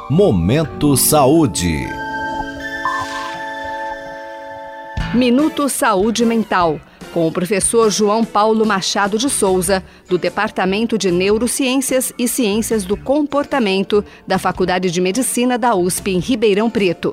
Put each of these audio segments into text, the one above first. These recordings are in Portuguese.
Momento Saúde. Minuto Saúde Mental, com o professor João Paulo Machado de Souza, do Departamento de Neurociências e Ciências do Comportamento da Faculdade de Medicina da USP em Ribeirão Preto.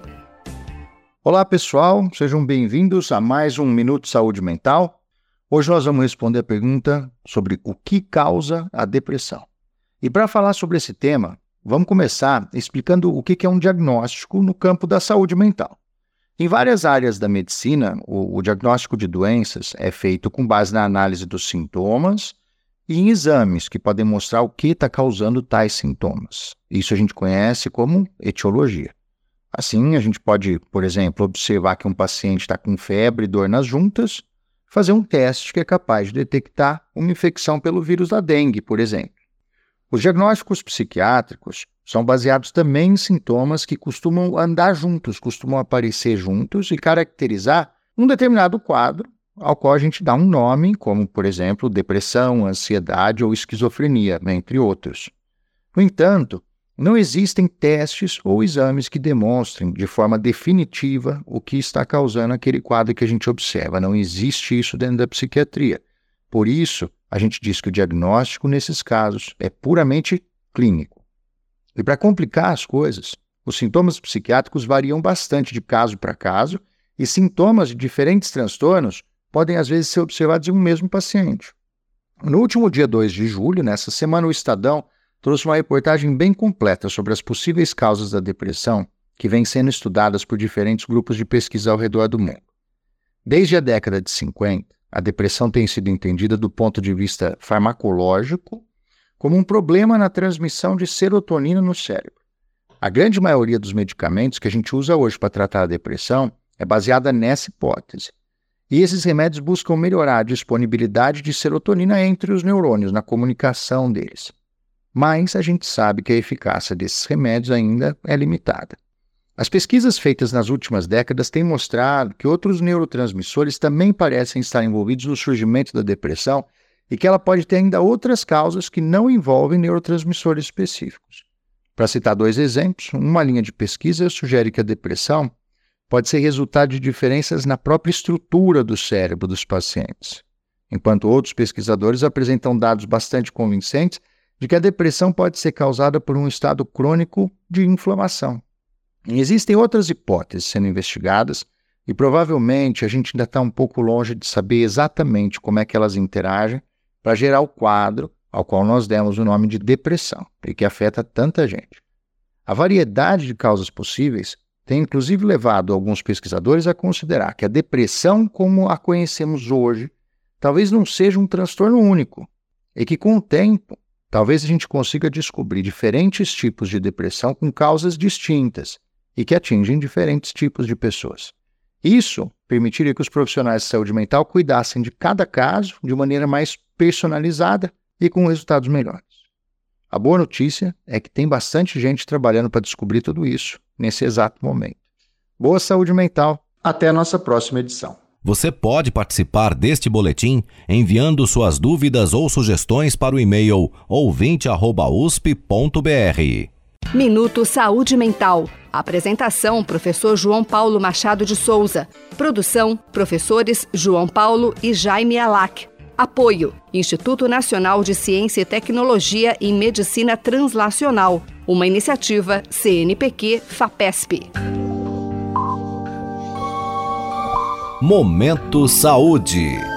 Olá pessoal, sejam bem-vindos a mais um Minuto Saúde Mental. Hoje nós vamos responder a pergunta sobre o que causa a depressão. E para falar sobre esse tema, vamos começar explicando o que é um diagnóstico no campo da saúde mental. Em várias áreas da medicina, o diagnóstico de doenças é feito com base na análise dos sintomas e em exames que podem mostrar o que está causando tais sintomas. Isso a gente conhece como etiologia. Assim, a gente pode, por exemplo, observar que um paciente está com febre e dor nas juntas, fazer um teste que é capaz de detectar uma infecção pelo vírus da dengue, por exemplo. Os diagnósticos psiquiátricos são baseados também em sintomas que costumam andar juntos, costumam aparecer juntos e caracterizar um determinado quadro ao qual a gente dá um nome, como, por exemplo, depressão, ansiedade ou esquizofrenia, entre outros. No entanto, não existem testes ou exames que demonstrem de forma definitiva o que está causando aquele quadro que a gente observa. Não existe isso dentro da psiquiatria. Por isso, a gente diz que o diagnóstico, nesses casos, é puramente clínico. E para complicar as coisas, os sintomas psiquiátricos variam bastante de caso para caso e sintomas de diferentes transtornos podem, às vezes, ser observados em um mesmo paciente. No último dia 2 de julho, nessa semana, o Estadão trouxe uma reportagem bem completa sobre as possíveis causas da depressão que vêm sendo estudadas por diferentes grupos de pesquisa ao redor do mundo. Desde a década de 50, a depressão tem sido entendida do ponto de vista farmacológico como um problema na transmissão de serotonina no cérebro. A grande maioria dos medicamentos que a gente usa hoje para tratar a depressão é baseada nessa hipótese. E esses remédios buscam melhorar a disponibilidade de serotonina entre os neurônios, na comunicação deles. Mas a gente sabe que a eficácia desses remédios ainda é limitada. As pesquisas feitas nas últimas décadas têm mostrado que outros neurotransmissores também parecem estar envolvidos no surgimento da depressão e que ela pode ter ainda outras causas que não envolvem neurotransmissores específicos. Para citar 2 exemplos, uma linha de pesquisa sugere que a depressão pode ser resultado de diferenças na própria estrutura do cérebro dos pacientes, enquanto outros pesquisadores apresentam dados bastante convincentes de que a depressão pode ser causada por um estado crônico de inflamação. E existem outras hipóteses sendo investigadas e provavelmente a gente ainda está um pouco longe de saber exatamente como é que elas interagem para gerar o quadro ao qual nós demos o nome de depressão e que afeta tanta gente. A variedade de causas possíveis tem inclusive levado alguns pesquisadores a considerar que a depressão como a conhecemos hoje talvez não seja um transtorno único e que com o tempo talvez a gente consiga descobrir diferentes tipos de depressão com causas distintas e que atingem diferentes tipos de pessoas. Isso permitiria que os profissionais de saúde mental cuidassem de cada caso de maneira mais personalizada e com resultados melhores. A boa notícia é que tem bastante gente trabalhando para descobrir tudo isso nesse exato momento. Boa saúde mental. Até a nossa próxima edição. Você pode participar deste boletim enviando suas dúvidas ou sugestões para o e-mail ouvinte@usp.br. Minuto Saúde Mental. Apresentação: professor João Paulo Machado de Souza. Produção: professores João Paulo e Jaime Alac. Apoio: Instituto Nacional de Ciência e Tecnologia em Medicina Translacional. Uma iniciativa CNPq-FAPESP. Momento Saúde.